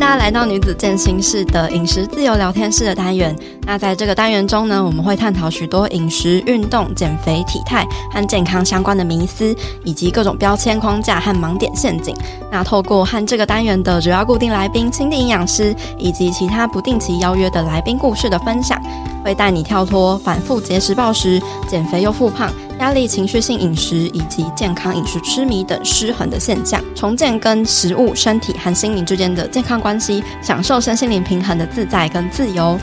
大家来到女子健心室的饮食自由聊天室的单元。那在这个单元中呢，我们会探讨许多饮食、运动、减肥、体态和健康相关的迷思，以及各种标签框架和盲点陷阱。那透过和这个单元的主要固定来宾心地营养师以及其他不定期邀约的来宾故事的分享，会带你跳脱反复节食暴食、减肥又复胖、压力情绪性饮食以及健康饮食痴迷等失衡的现象，重建跟食物、身体和心灵之间的健康关系，享受身心灵平衡的自在跟自由。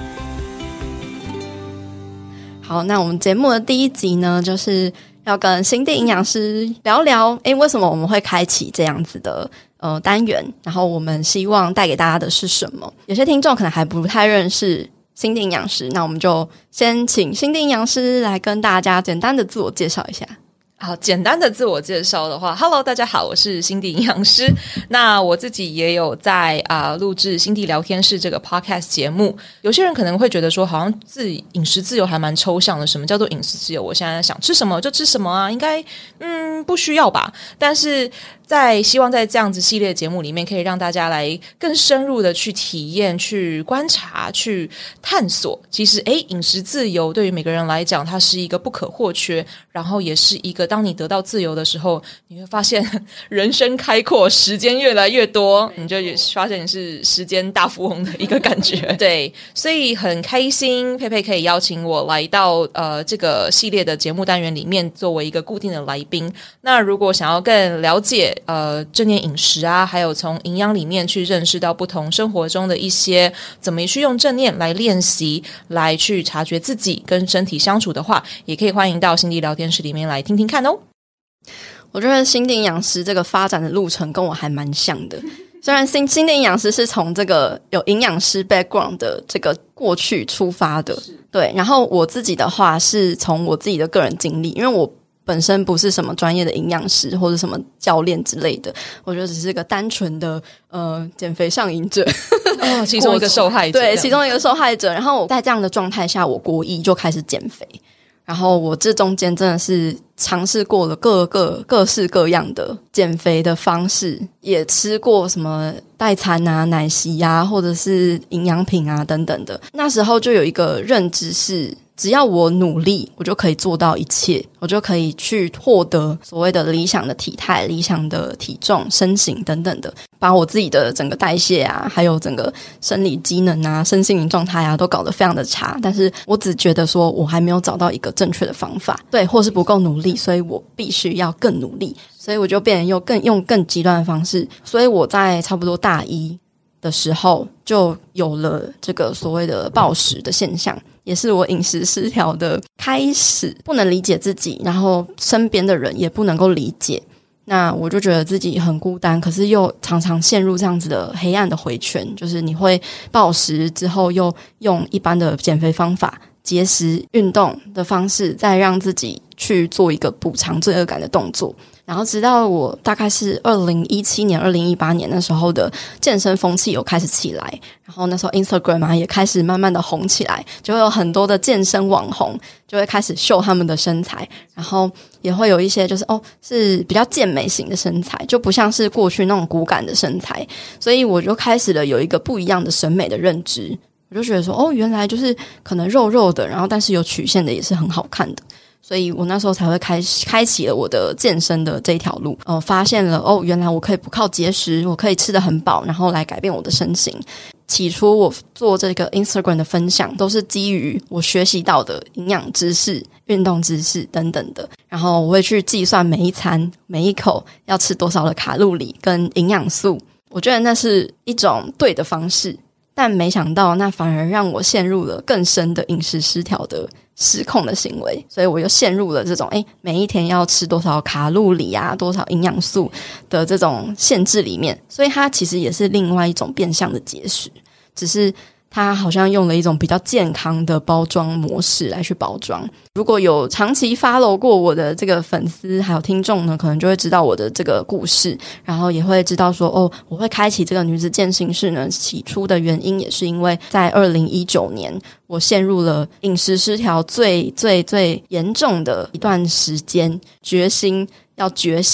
好，那我们节目的第一集呢，就是要跟心地营养师聊聊为什么我们会开启这样子的单元，然后我们希望带给大家的是什么。有些听众可能还不太认识心地营养师，那我们就先请心地营养师来跟大家简单的自我介绍一下。 好，简单的自我介绍的话 ，Hello， 大家好，我是心地营养师。那我自己也有在录制心地聊天室这个 podcast 节目。有些人可能会觉得说，好像饮食自由还蛮抽象的，什么叫做饮食自由？我现在想吃什么就吃什么啊，应该不需要吧？但是希望在这样子系列节目里面，可以让大家来更深入的去体验、去观察、去探索。其实，饮食自由对于每个人来讲，它是一个不可或缺，然后也是一个当你得到自由的时候，你会发现人生开阔，时间越来越多，你就也发现你是时间大富翁的一个感觉。对，所以很开心，佩佩可以邀请我来到这个系列的节目单元里面，作为一个固定的来宾。那如果想要更了解正念饮食啊，还有从营养里面去认识到不同生活中的一些怎么去用正念来练习，来去察觉自己跟身体相处的话，也可以欢迎到心地聊天室里面来听听看哦。 我觉得心地营养师这个发展的路程跟我还蛮像的，虽然心地营养师是从这个有营养师 background 的这个过去出发的，对，然后我自己的话是从我自己的个人经历，因为我本身不是什么专业的营养师或者什么教练之类的，我觉得只是个单纯的减肥上瘾者其中一个受害者。 对，其中一个受害者。然后我在这样的状态下，我国一就开始减肥，然后我这中间真的是尝试过了各式各样的减肥的方式，也吃过什么代餐啊、奶昔啊，或者是营养品啊等等的。那时候就有一个认知是，只要我努力，我就可以做到一切，我就可以去获得所谓的理想的体态、理想的体重、身形等等的，把我自己的整个代谢啊，还有整个生理机能啊、身心灵状态啊，都搞得非常的差。但是我只觉得说我还没有找到一个正确的方法，对，或是不够努力，所以我必须要更努力，所以我就变成用更极端的方式。所以我在差不多大一的时候就有了这个所谓的暴食的现象，也是我饮食失调的开始。不能理解自己，然后身边的人也不能够理解，那我就觉得自己很孤单，可是又常常陷入这样子的黑暗的回圈，就是你会暴食之后又用一般的减肥方法、节食、运动的方式再让自己去做一个补偿罪恶感的动作。然后直到我大概是2017年、2018年那时候的健身风气有开始起来，然后那时候 Instagram 啊也开始慢慢的红起来，就会有很多的健身网红就会开始秀他们的身材，然后也会有一些就是是比较健美型的身材，就不像是过去那种骨感的身材，所以我就开始了有一个不一样的审美的认知。我就觉得说原来就是可能肉肉的，然后但是有曲线的也是很好看的，所以我那时候才会开启了我的健身的这一条路。发现了原来我可以不靠节食，我可以吃得很饱，然后来改变我的身形。起初我做这个 Instagram 的分享都是基于我学习到的营养知识、运动知识等等的，然后我会去计算每一餐每一口要吃多少的卡路里跟营养素，我觉得那是一种对的方式，但没想到那反而让我陷入了更深的饮食失调的失控的行为，所以我又陷入了这种每一天要吃多少卡路里啊、多少营养素的这种限制里面，所以它其实也是另外一种变相的节食，只是它好像用了一种比较健康的包装模式来去包装。如果有长期 follow 过我的这个粉丝还有听众呢，可能就会知道我的这个故事，然后也会知道说我会开启这个女子健心室呢，起初的原因也是因为在2019年我陷入了饮食失调最严重的一段时间，决心要觉醒，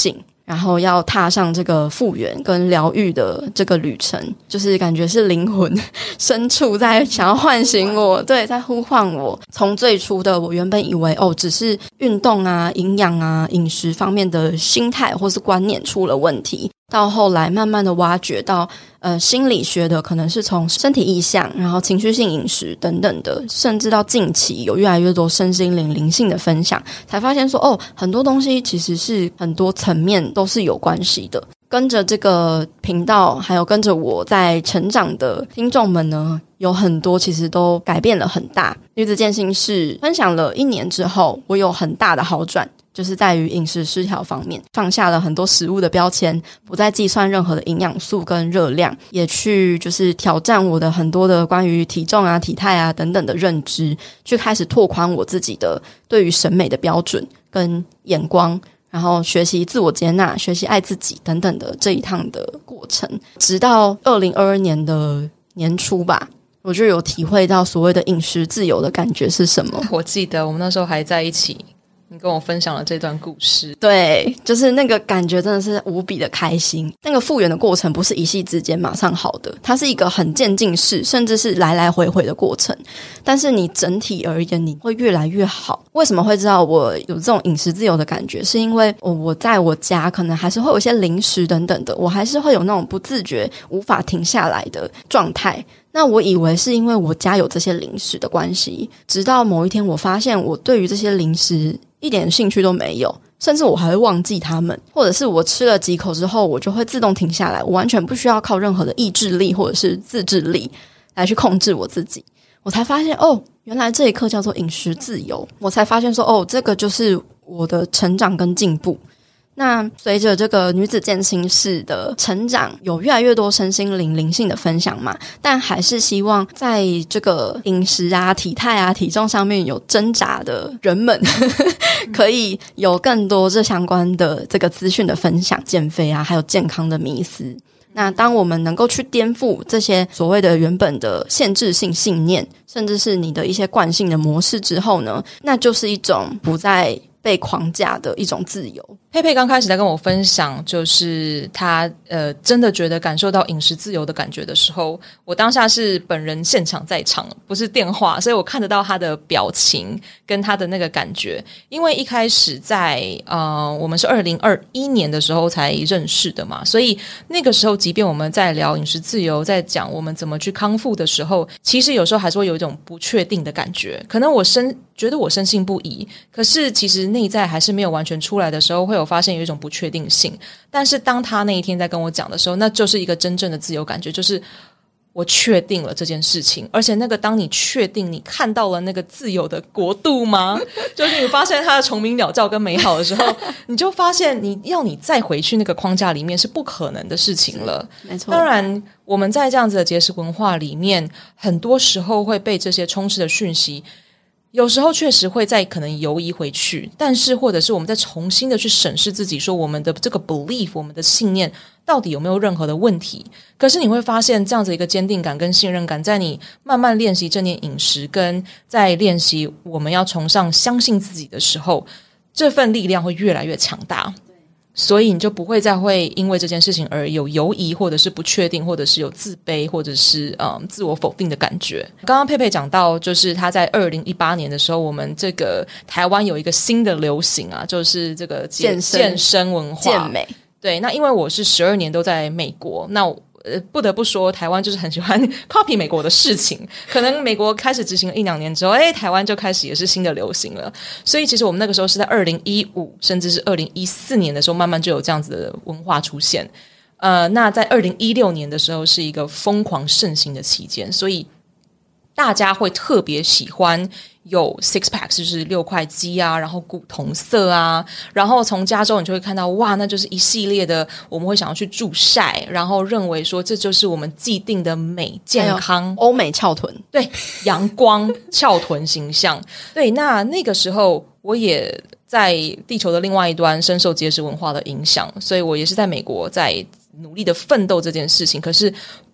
然后要踏上这个复原跟疗愈的这个旅程，就是感觉是灵魂深处在想要唤醒我，对，在呼唤我。从最初的我原本以为只是运动啊、营养啊、饮食方面的心态或是观念出了问题，到后来慢慢的挖掘到心理学的可能是从身体意象，然后情绪性饮食等等的，甚至到近期有越来越多身心灵性的分享，才发现说很多东西其实是很多层面都是有关系的。跟着这个频道还有跟着我在成长的听众们呢，有很多其实都改变了很大。女子健心室分享了1年之后，我有很大的好转，就是在于饮食失调方面，放下了很多食物的标签，不再计算任何的营养素跟热量，也去就是挑战我的很多的关于体重啊、体态啊等等的认知，去开始拓宽我自己的对于审美的标准跟眼光，然后学习自我接纳，学习爱自己等等的这一趟的过程。直到2022年的年初吧，我就有体会到所谓的饮食自由的感觉是什么。 我记得我们那时候还在一起，你跟我分享了这段故事。 对，就是那个感觉真的是无比的开心。那个复原的过程不是一夕之间马上好的，它是一个很渐进式，甚至是来来回回的过程。但是你整体而言你会越来越好。为什么会知道我有这种饮食自由的感觉，是因为我在我家可能还是会有一些零食等等的，我还是会有那种不自觉无法停下来的状态。那我以为是因为我家有这些零食的关系，直到某一天我发现我对于这些零食一点兴趣都没有，甚至我还会忘记它们，或者是我吃了几口之后我就会自动停下来，我完全不需要靠任何的意志力或者是自制力来去控制我自己。我才发现原来这一刻叫做饮食自由。我才发现说这个就是我的成长跟进步。那随着这个女子健心室的成长，有越来越多身心灵性的分享嘛，但还是希望在这个饮食啊、体态啊、体重上面有挣扎的人们可以有更多这相关的这个资讯的分享，减肥啊还有健康的迷思。那当我们能够去颠覆这些所谓的原本的限制性信念，甚至是你的一些惯性的模式之后呢，那就是一种不再被框架的一种自由。 佩佩刚开始在跟我分享，就是他真的觉得感受到饮食自由的感觉的时候，我当下是本人现场在场，不是电话，所以我看得到他的表情跟他的那个感觉。因为一开始在我们是2021年的时候才认识的嘛，所以那个时候即便我们在聊饮食自由，在讲我们怎么去康复的时候，其实有时候还是会有一种不确定的感觉。可能觉得我深信不疑，可是其实内在还是没有完全出来的时候，会有发现有一种不确定性。但是当他那一天在跟我讲的时候，那就是一个真正的自由感觉，就是我确定了这件事情。而且那个当你确定你看到了那个自由的国度吗？就是你发现它的虫鸣鸟叫跟美好的时候，你就发现你再回去那个框架里面是不可能的事情了。 没错。 当然我们在这样子的节食文化里面，很多时候会被这些充斥的讯息，有时候确实会再可能游移回去，但是或者是我们再重新的去审视自己，说我们的这个 belief， 我们的信念到底有没有任何的问题。可是你会发现这样子一个坚定感跟信任感，在你慢慢练习正念饮食跟在练习我们要崇尚相信自己的时候，这份力量会越来越强大。所以你就不会再会因为这件事情而有犹疑，或者是不确定，或者是有自卑，或者是自我否定的感觉。刚刚佩佩讲到，就是他在2018年的时候，我们这个台湾有一个新的流行啊，就是这个健身文化、 健美。对， 那因为我是12年都在美国，那不得不说台湾就是很喜欢 copy 美国的事情，可能美国开始执行了1-2年之后，台湾就开始也是新的流行了。所以其实我们那个时候是在2015甚至是2014年的时候慢慢就有这样子的文化出现。那在2016年的时候是一个疯狂盛行的期间，所以大家会特别喜欢有 six pack， 就是6块肌啊，然后古铜色啊，然后从加州你就会看到，哇，那就是一系列的，我们会想要去助晒，然后认为说这就是我们既定的美健康， 欧美翘臀， 对，阳光翘臀形象。对，那个时候我也在地球的另外一端深受节食文化的影响，所以我也是在美国在努力的奋斗这件事情。可是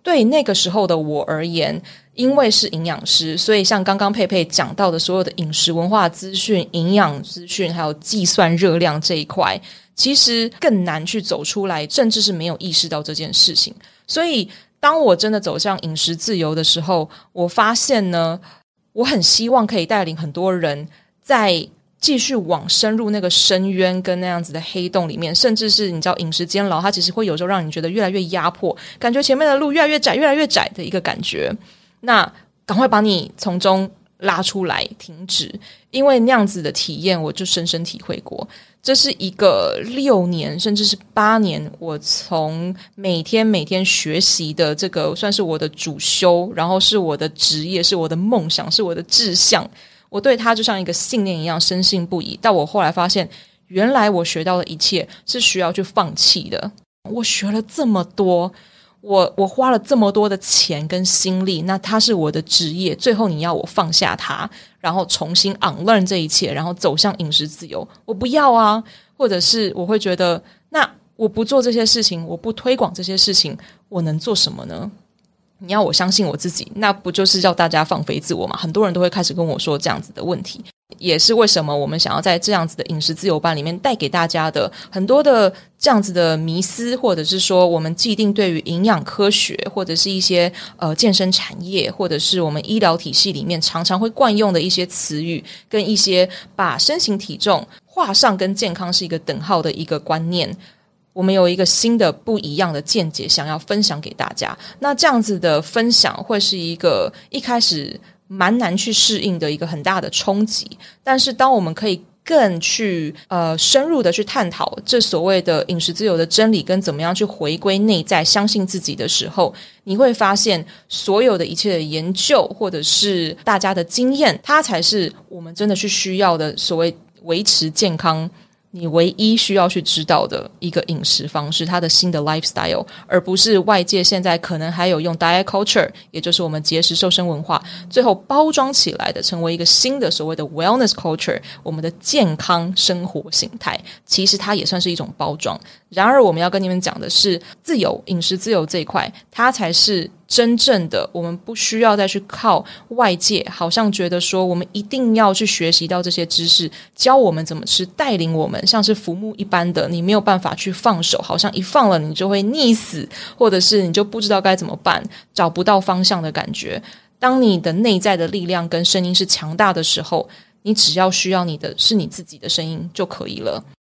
对那个时候的我而言，因为是营养师，所以像刚刚佩佩讲到的所有的饮食文化资讯、营养资讯还有计算热量这一块，其实更难去走出来，甚至是没有意识到这件事情。所以当我真的走向饮食自由的时候，我发现呢，我很希望可以带领很多人在继续往深入那个深渊跟那样子的黑洞里面，甚至是你知道饮食监牢，它其实会有时候让你觉得越来越压迫，感觉前面的路越来越窄越来越窄的一个感觉，那赶快把你从中拉出来停止，因为那样子的体验我就深深体会过。这是一个6年甚至是8年，我从每天学习的这个算是我的主修，然后是我的职业，是我的梦想，是我的志向，我对它就像一个信念一样深信不疑。到我后来发现，原来我学到的一切是需要去放弃的。我学了这么多，我花了这么多的钱跟心力，那它是我的职业，最后你要我放下它，然后重新 unlearn 这一切，然后走向饮食自由，我不要啊。或者是我会觉得，那我不做这些事情，我不推广这些事情，我能做什么呢？你要我相信我自己，那不就是要大家放飞自我吗？很多人都会开始跟我说这样子的问题，也是为什么我们想要在这样子的饮食自由班里面带给大家的很多的这样子的迷思，或者是说我们既定对于营养科学，或者是一些健身产业，或者是我们医疗体系里面常常会惯用的一些词语，跟一些把身形体重画上跟健康是一个等号的一个观念，我们有一个新的不一样的见解想要分享给大家。那这样子的分享会是一个一开始蛮难去适应的一个很大的冲击，但是当我们可以更去深入的去探讨这所谓的饮食自由的真理跟怎么样去回归内在相信自己的时候，你会发现所有的一切的研究或者是大家的经验，它才是我们真的去需要的所谓维持健康你唯一需要去知道的一个饮食方式，它的新的 lifestyle， 而不是外界现在可能还有用 diet culture， 也就是我们节食瘦身文化最后包装起来的，成为一个新的所谓的 wellness culture， 我们的健康生活形态，其实它也算是一种包装。然而我们要跟你们讲的是，自由饮食自由这一块，它才是真正的，我们不需要再去靠外界好像觉得说我们一定要去学习到这些知识，教我们怎么吃，带领我们像是浮木一般的，你没有办法去放手，好像一放了你就会溺死，或者是你就不知道该怎么办，找不到方向的感觉。当你的内在的力量跟声音是强大的时候，你只要需要你的是你自己的声音就可以了。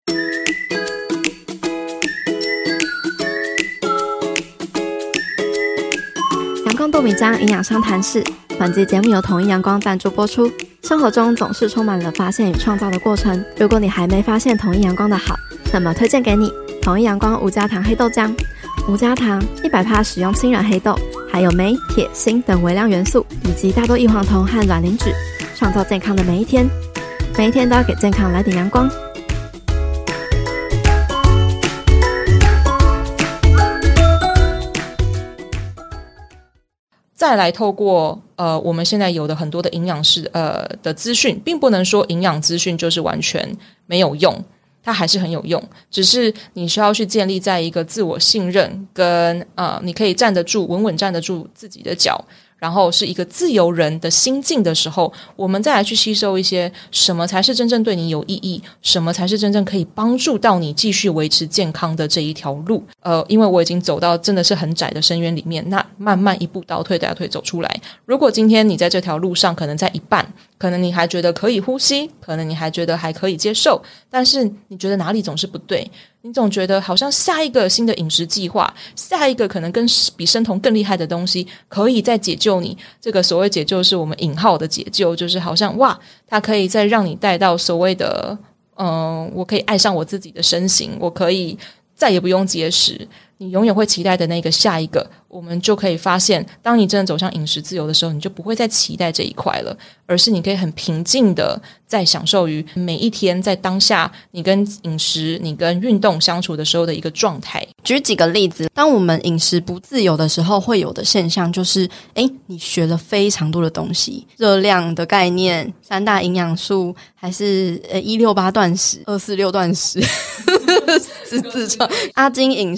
阳光豆米浆营养商谈室，本集节目由统一阳光赞助播出。生活中总是充满了发现与创造的过程，如果你还没发现统一阳光的好，那么推荐给你统一阳光无加糖黑豆浆。无加糖 100% 使用清软黑豆，还有镁、铁、锌等微量元素，以及大多异黄酮和卵磷脂，创造健康的每一天。每一天都要给健康来点阳光。 再来透过我们现在有的很多的营养师的资讯，并不能说营养资讯就是完全没有用，它还是很有用，只是你需要去建立在一个自我信任跟你可以站得住，稳稳站得住自己的脚，然后是一个自由人的心境的时候，我们再来去吸收一些什么才是真正对你有意义，什么才是真正可以帮助到你继续维持健康的这一条路。因为我已经走到真的是很窄的深渊里面，那慢慢一步倒退倒退走出来。如果今天你在这条路上可能在一半，可能你还觉得可以呼吸，可能你还觉得还可以接受，但是你觉得哪里总是不对，你总觉得好像下一个新的饮食计划，下一个可能跟比生酮更厉害的东西可以再解救你。这个所谓解救是我们引号的解救，就是好像哇，它可以再让你带到所谓的我可以爱上我自己的身形，我可以再也不用节食，你永远会期待的那个下一个，我们就可以发现，当你真的走向饮食自由的时候，你就不会再期待这一块了，而是你可以很平静的在享受于每一天在当下你跟饮食你跟运动相处的时候的一个状态。 举几个例子，当我们饮食不自由的时候会有的现象就是你学了非常多的东西，热量的概念，3大营养素，还是168断食，246断食自创阿金饮食，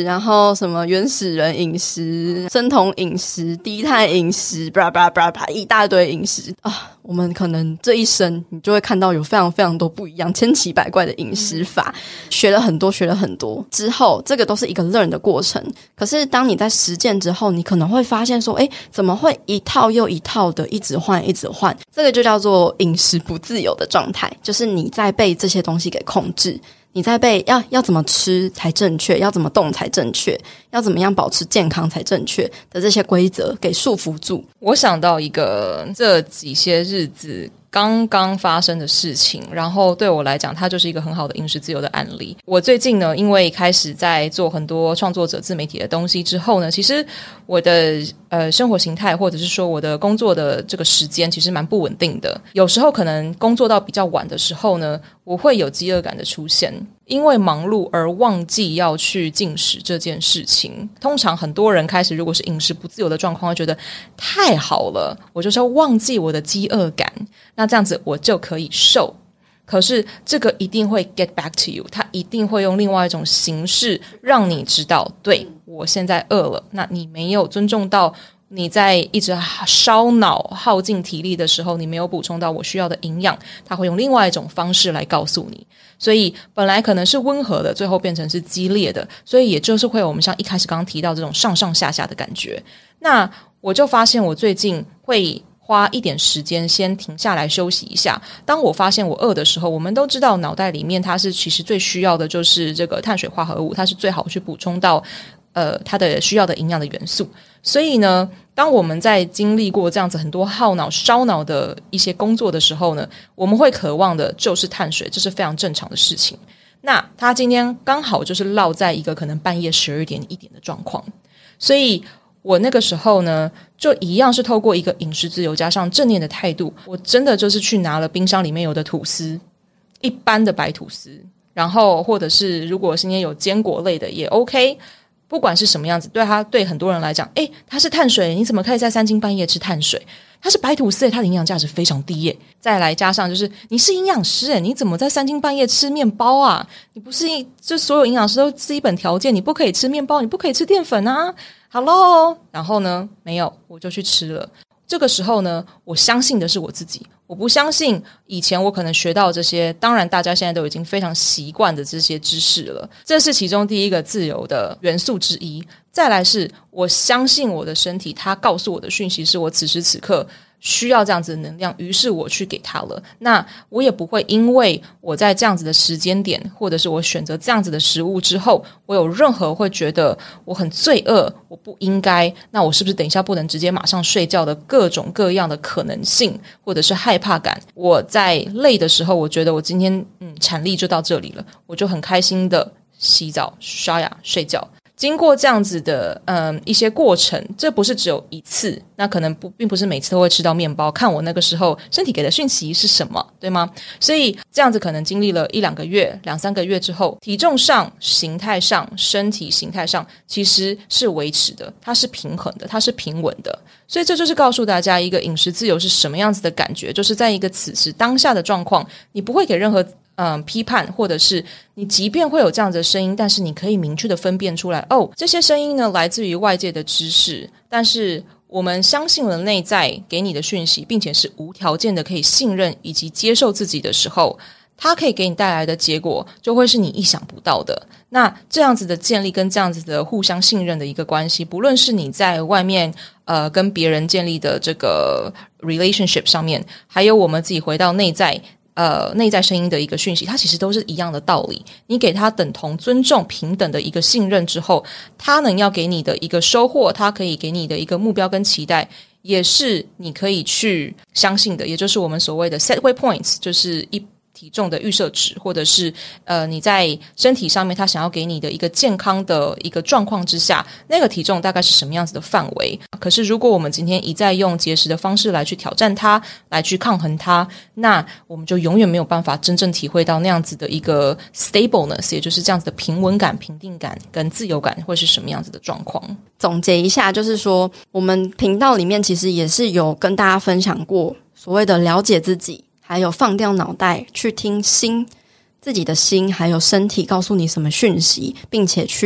然后什么原始人饮食、生酮饮食、低碳饮食，巴拉巴拉巴拉一大堆饮食啊！我们可能这一生你就会看到有非常非常多不一样、千奇百怪的饮食法，学了很多之后，这个都是一个 learn 的过程。可是当你在实践之后，你可能会发现说，怎么会一套又一套的一直换？这个就叫做饮食不自由的状态，就是你在被这些东西给控制。你在被要怎么吃才正确，要怎么动才正确，要怎么样保持健康才正确的这些规则给束缚住。 我想到一个这几些日子刚刚发生的事情，然后对我来讲它就是一个很好的饮食自由的案例。我最近呢，因为开始在做很多创作者自媒体的东西之后呢，其实我的生活形态或者是说我的工作的这个时间其实蛮不稳定的，有时候可能工作到比较晚的时候呢，我会有饥饿感的出现，因为忙碌而忘记要去进食这件事情。通常很多人开始如果是饮食不自由的状况，会觉得太好了，我就是要忘记我的饥饿感，那这样子我就可以瘦。可是这个一定会 get back to you， 它一定会用另外一种形式让你知道，对，我现在饿了，那你没有尊重到你在一直烧脑耗尽体力的时候，你没有补充到我需要的营养，它会用另外一种方式来告诉你。所以本来可能是温和的，最后变成是激烈的，所以也就是会有我们像一开始刚刚提到这种上上下下的感觉。那我就发现我最近会花一点时间先停下来休息一下。当我发现我饿的时候，我们都知道脑袋里面它是其实最需要的就是这个碳水化合物，它是最好去补充到它的需要的营养的元素。所以呢，当我们在经历过这样子很多耗脑烧脑的一些工作的时候呢，我们会渴望的就是碳水，这是非常正常的事情。那他今天刚好就是落在一个可能半夜12点1点的状况，所以我那个时候呢，就一样是透过一个饮食自由加上正念的态度，我真的就是去拿了冰箱里面有的吐司，一般的白吐司，然后或者是如果今天有坚果类的也 OK， 不管是什么样子，对很多人来讲，它是碳水，你怎么可以在3更半夜吃碳水？它是白吐司，它的营养价值非常低耶。再来加上就是你是营养师你怎么在3更半夜吃面包啊？你不是就所有营养师都基本条件，你不可以吃面包，你不可以吃淀粉啊。Hello， 然后呢，没有，我就去吃了。这个时候呢，我相信的是我自己，我不相信以前我可能学到这些，当然大家现在都已经非常习惯的这些知识了，这是其中第一个自由的元素之一。再来是我相信我的身体，它告诉我的讯息是我此时此刻需要这样子的能量，于是我去给它了。那我也不会因为我在这样子的时间点，或者是我选择这样子的食物之后，我有任何会觉得我很罪恶，我不应该，那我是不是等一下不能直接马上睡觉的各种各样的可能性，或者是害怕感。我在累的时候，我觉得我今天产力就到这里了，我就很开心的洗澡、刷牙、睡觉。经过这样子的一些过程，这不是只有一次，那可能并不是每次都会吃到面包，看我那个时候身体给的讯息是什么，对吗？所以这样子可能经历了1-2个月、2-3个月之后，体重上、形态上、身体形态上其实是维持的，它是平衡的，它是平稳的。所以这就是告诉大家一个饮食自由是什么样子的感觉，就是在一个此时当下的状况，你不会给任何批判，或者是你即便会有这样子的声音，但是你可以明确的分辨出来，这些声音呢来自于外界的知识，但是我们相信了内在给你的讯息，并且是无条件的可以信任以及接受自己的时候，它可以给你带来的结果就会是你意想不到的。那这样子的建立跟这样子的互相信任的一个关系，不论是你在外面跟别人建立的这个 relationship 上面，还有我们自己回到内在声音的一个讯息，它其实都是一样的道理。你给他等同尊重平等的一个信任之后，他能要给你的一个收获，他可以给你的一个目标跟期待，也是你可以去相信的，也就是我们所谓的 set waypoints， 就是体重的预设值，或者是你在身体上面他想要给你的一个健康的一个状况之下，那个体重大概是什么样子的范围。可是如果我们今天一再用节食的方式来去挑战它，来去抗衡它，那我们就永远没有办法真正体会到那样子的一个 stableness， 也就是这样子的平稳感、平定感跟自由感会是什么样子的状况。 总结一下，就是说我们频道里面其实也是有跟大家分享过所谓的了解自己，还有放掉脑袋去听自己的心还有身体告诉你什么讯息，并且去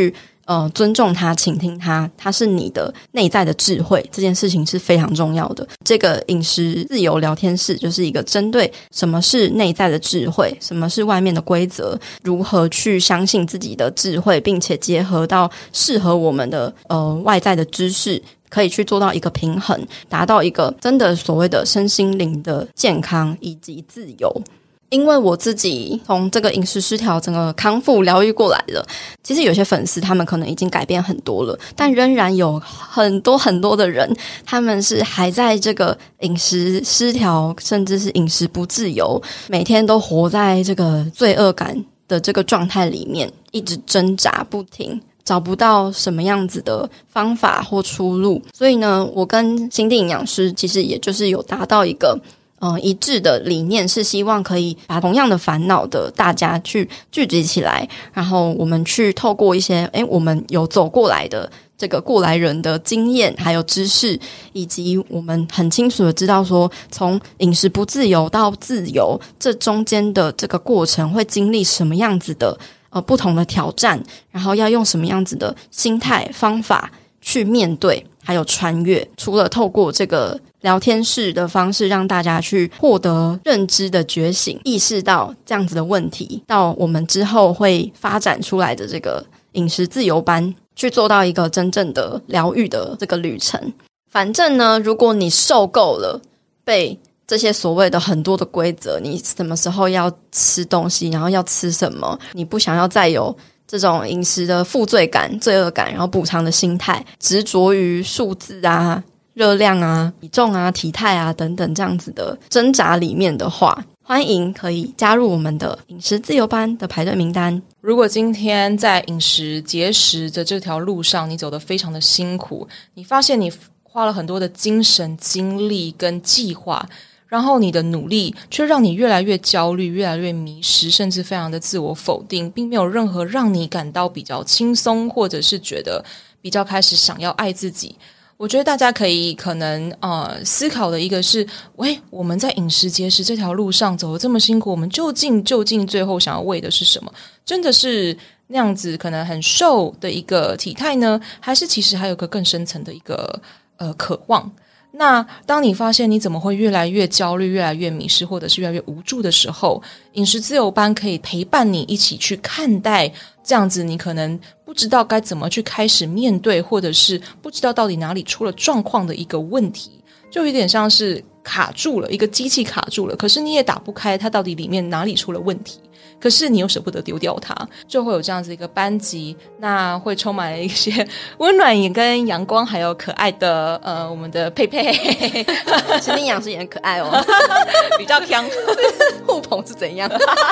尊重它，倾听它，它是你的内在的智慧，这件事情是非常重要的。这个饮食自由聊天室就是一个针对什么是内在的智慧，什么是外面的规则，如何去相信自己的智慧，并且结合到适合我们的外在的知识，可以去做到一个平衡，达到一个真的所谓的身心灵的健康以及自由。因为我自己从这个饮食失调整个康复疗愈过来了，其实有些粉丝他们可能已经改变很多了，但仍然有很多很多的人，他们是还在这个饮食失调甚至是饮食不自由，每天都活在这个罪恶感的这个状态里面，一直挣扎不停，找不到什么样子的方法或出路。所以呢，我跟心地营养师其实也就是有达到一个一致的理念，是希望可以把同样的烦恼的大家去聚集起来，然后我们去透过一些我们有走过来的这个过来人的经验还有知识，以及我们很清楚的知道说从饮食不自由到自由这中间的这个过程会经历什么样子的不同的挑战，然后要用什么样子的心态方法去面对还有穿越。除了透过这个聊天室的方式让大家去获得认知的觉醒，意识到这样子的问题，到我们之后会发展出来的这个饮食自由班，去做到一个真正的疗愈的这个旅程。反正呢，如果你受够了被这些所谓的很多的规则，你什么时候要吃东西，然后要吃什么，你不想要再有这种饮食的负罪感、罪恶感，然后补偿的心态，执着于数字啊、热量啊、体重啊、体态啊等等这样子的挣扎里面的话，欢迎可以加入我们的饮食自由班的排队名单。 如果今天在饮食节食的这条路上你走得非常的辛苦，你发现你花了很多的精神精力跟计划，然后你的努力却让你越来越焦虑，越来越迷失，甚至非常的自我否定，并没有任何让你感到比较轻松，或者是觉得比较开始想要爱自己。我觉得大家可能思考的一个是，我们在饮食节食这条路上走得这么辛苦，我们究竟最后想要为的是什么？真的是那样子可能很瘦的一个体态呢，还是其实还有个更深层的一个渴望？那当你发现你怎么会越来越焦虑，越来越迷失，或者是越来越无助的时候，饮食自由班可以陪伴你一起去看待这样子你可能不知道该怎么去开始面对，或者是不知道到底哪里出了状况的一个问题，就有点像是卡住了，一个机器卡住了，可是你也打不开它到底里面哪里出了问题，可是你又舍不得丢掉它，就会有这样子一个班级，那会充满了一些温暖也跟阳光，还有可爱的我们的佩佩， 心地营养师也很可爱哦， 比较强， 互捧是怎样？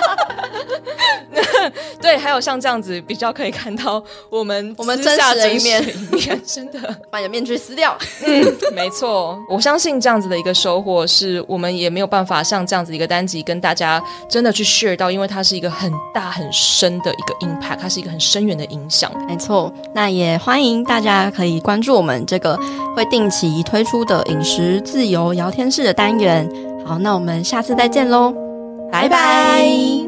对，还有像这样子比较可以看到我们真实的一面， 真的把你的面具撕掉。 没错，我相信这样子的一个收获是我们也没有办法像这样子一个单集跟大家真的去 share 到，因为它是一个很大很深的一个 impact， 它是一个很深远的影响。 没错，那也欢迎大家可以关注我们这个会定期推出的饮食自由聊天室的单元。好，那我们下次再见咯，拜拜。